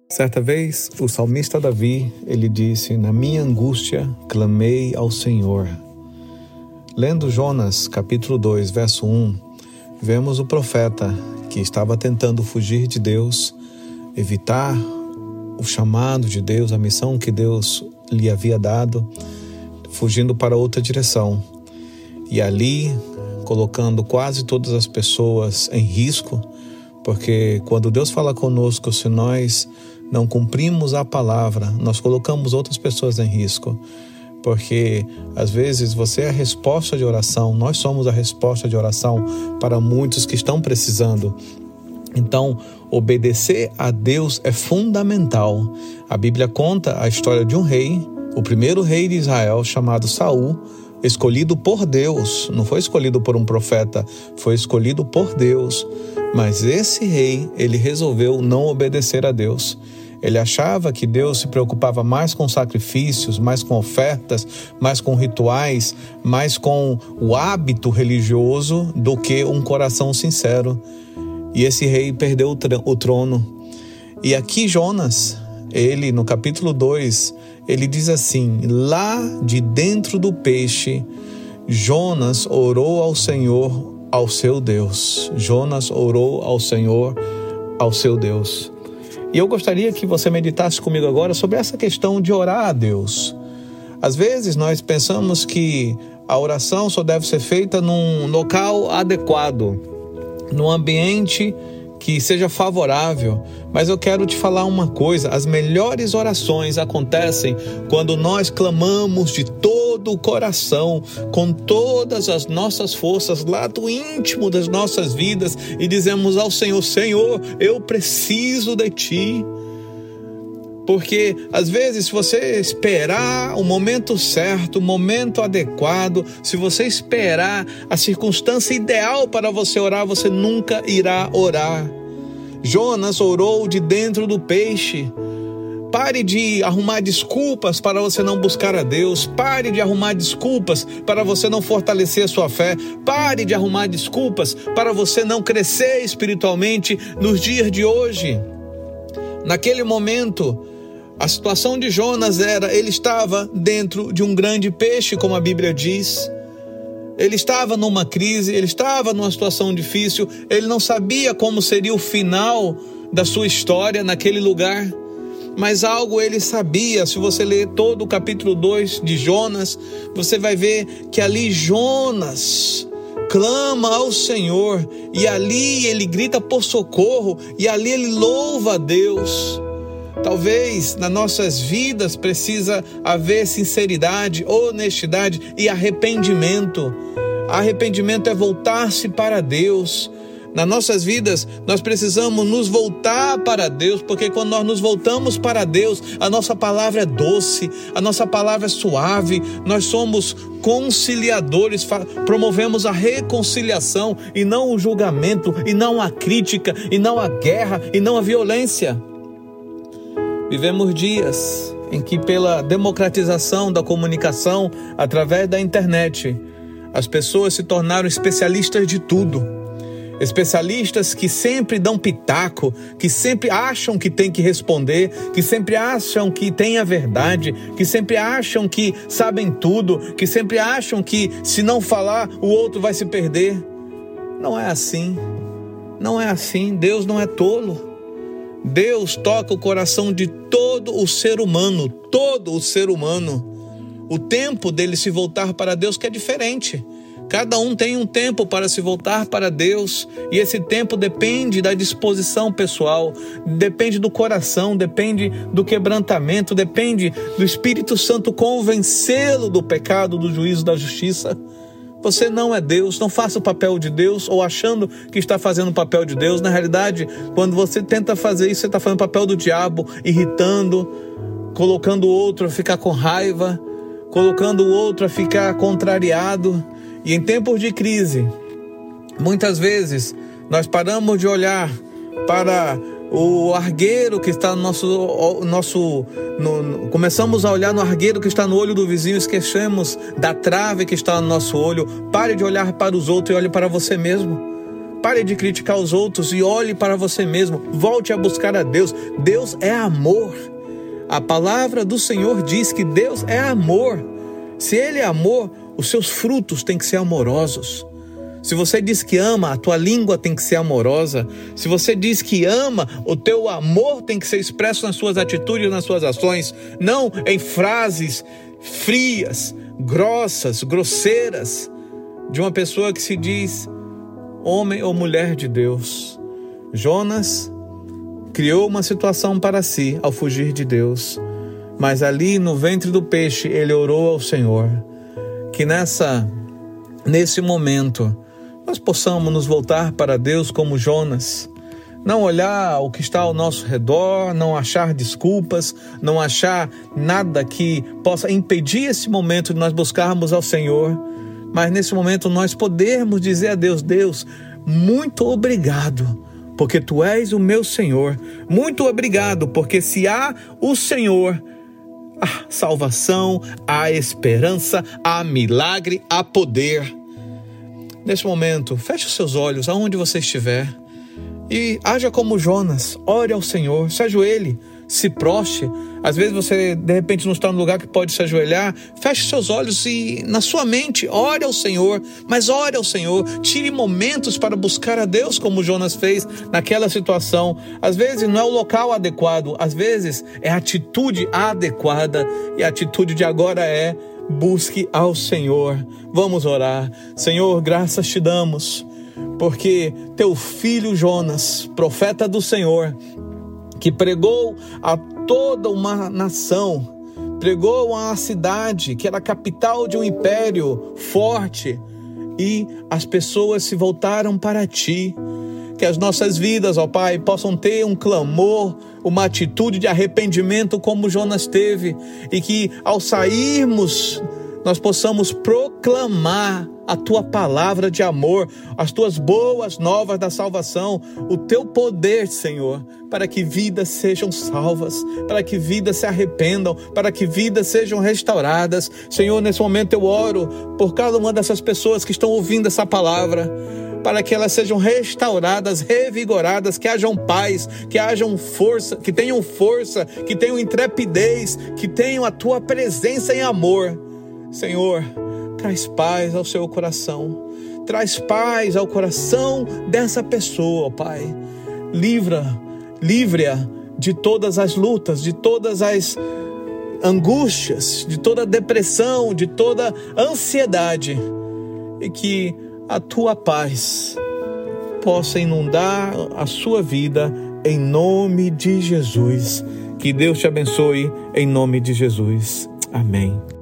Certa vez, o salmista Davi, ele disse: "Na minha angústia, clamei ao Senhor." Lendo Jonas, capítulo 2, verso 1, vemos o profeta que estava tentando fugir de Deus, evitar o chamado de Deus, a missão que Deus lhe havia dado, fugindo para outra direção. E ali, colocando quase todas as pessoas em risco, porque quando Deus fala conosco, se nós não cumprimos a palavra, nós colocamos outras pessoas em risco. Porque às vezes você é a resposta de oração, nós somos a resposta de oração para muitos que estão precisando. Então, obedecer a Deus é fundamental. A Bíblia conta a história de um rei, o primeiro rei de Israel, chamado Saul, escolhido por Deus. Não foi escolhido por um profeta, foi escolhido por Deus. Mas esse rei, ele resolveu não obedecer a Deus. Ele achava que Deus se preocupava mais com sacrifícios, mais com ofertas, mais com rituais, mais com o hábito religioso do que um coração sincero. E esse rei perdeu o trono. E aqui Jonas, ele no capítulo 2, ele diz assim: lá de dentro do peixe, Jonas orou ao Senhor, ao seu Deus. Jonas orou ao Senhor, ao seu Deus. E eu gostaria que você meditasse comigo agora sobre essa questão de orar a Deus. Às vezes nós pensamos que a oração só deve ser feita num local adequado, num ambiente que seja favorável. Mas eu quero te falar uma coisa: as melhores orações acontecem quando nós clamamos de todo o coração, com todas as nossas forças, lá do íntimo das nossas vidas, e dizemos ao Senhor: Senhor, eu preciso de Ti. Porque às vezes, se você esperar o momento certo, o momento adequado, se você esperar a circunstância ideal para você orar, você nunca irá orar. Jonas orou de dentro do peixe. Pare de arrumar desculpas para você não buscar a Deus. Pare de arrumar desculpas para você não fortalecer a sua fé. Pare de arrumar desculpas para você não crescer espiritualmente nos dias de hoje. Naquele momento, a situação de Jonas era: ele estava dentro de um grande peixe, como a Bíblia diz. Ele estava numa crise, ele estava numa situação difícil, ele não sabia como seria o final da sua história naquele lugar. Mas algo ele sabia. Se você ler todo o capítulo 2 de Jonas, você vai ver que ali Jonas clama ao Senhor, e ali ele grita por socorro, e ali ele louva a Deus. Talvez nas nossas vidas precisa haver sinceridade, honestidade e arrependimento. Arrependimento é voltar-se para Deus. Nas nossas vidas, nós precisamos nos voltar para Deus, porque quando nós nos voltamos para Deus, a nossa palavra é doce, a nossa palavra é suave, nós somos conciliadores, promovemos a reconciliação e não o julgamento, e não a crítica, e não a guerra, e não a violência. Vivemos dias em que, pela democratização da comunicação através da internet, as pessoas se tornaram especialistas de tudo. Especialistas que sempre dão pitaco, que sempre acham que tem que responder, que sempre acham que tem a verdade, que sempre acham que sabem tudo, que sempre acham que se não falar o outro vai se perder. Não é assim. Não é assim. Deus não é tolo. Deus toca o coração de todo o ser humano, todo o ser humano. O tempo dele se voltar para Deus que é diferente. Cada um tem um tempo para se voltar para Deus, e esse tempo depende da disposição pessoal, depende do coração, depende do quebrantamento, depende do Espírito Santo convencê-lo do pecado, do juízo, da justiça. Você não é Deus, não faça o papel de Deus, ou achando que está fazendo o papel de Deus. Na realidade, quando você tenta fazer isso, você está fazendo o papel do diabo, irritando, colocando o outro a ficar com raiva, colocando o outro a ficar contrariado. E em tempos de crise, muitas vezes, nós paramos de olhar para o argueiro que está no começamos a olhar no argueiro que está no olho do vizinho, esquecemos da trave que está no nosso olho. Pare de olhar para os outros e olhe para você mesmo. Pare de criticar os outros e olhe para você mesmo. Volte a buscar a Deus. Deus é amor. A palavra do Senhor diz que Deus é amor. Se Ele é amor, os seus frutos têm que ser amorosos. Se você diz que ama, a tua língua tem que ser amorosa. Se você diz que ama, o teu amor tem que ser expresso nas suas atitudes, nas suas ações, não em frases frias, grossas, grosseiras, de uma pessoa que se diz homem ou mulher de Deus. Jonas criou uma situação para si ao fugir de Deus, mas ali no ventre do peixe ele orou ao Senhor. Que nesse momento nós possamos nos voltar para Deus como Jonas, não olhar o que está ao nosso redor, não achar desculpas, não achar nada que possa impedir esse momento de nós buscarmos ao Senhor, mas nesse momento nós podermos dizer a Deus: Deus, muito obrigado, porque Tu és o meu Senhor. Muito obrigado, porque se há o Senhor, há salvação, há esperança, há milagre, há poder. Nesse momento, feche os seus olhos aonde você estiver e haja como Jonas. Ore ao Senhor, se ajoelhe, se prostre. Às vezes você de repente não está no lugar que pode se ajoelhar. Feche seus olhos e na sua mente ore ao Senhor, mas ore ao Senhor. Tire momentos para buscar a Deus como Jonas fez naquela situação. Às vezes não é o local adequado, às vezes é a atitude adequada, e a atitude de agora é: busque ao Senhor. Vamos orar. Senhor, graças te damos, porque teu filho Jonas, profeta do Senhor, que pregou a toda uma nação, pregou a uma cidade que era a capital de um império forte, e as pessoas se voltaram para ti. Que as nossas vidas, ó Pai, possam ter um clamor, uma atitude de arrependimento como Jonas teve, e que ao sairmos nós possamos proclamar a Tua palavra de amor, as Tuas boas novas da salvação, o Teu poder, Senhor, para que vidas sejam salvas, para que vidas se arrependam, para que vidas sejam restauradas. Senhor, nesse momento eu oro por cada uma dessas pessoas que estão ouvindo essa palavra, para que elas sejam restauradas, revigoradas, que hajam paz, que hajam força, que tenham intrepidez, que tenham a Tua presença em amor. Senhor, traz paz ao seu coração, traz paz ao coração dessa pessoa, ó Pai. Livre-a de todas as lutas, de todas as angústias, de toda depressão, de toda ansiedade, e que a Tua paz possa inundar a sua vida, em nome de Jesus. Que Deus te abençoe, em nome de Jesus. Amém.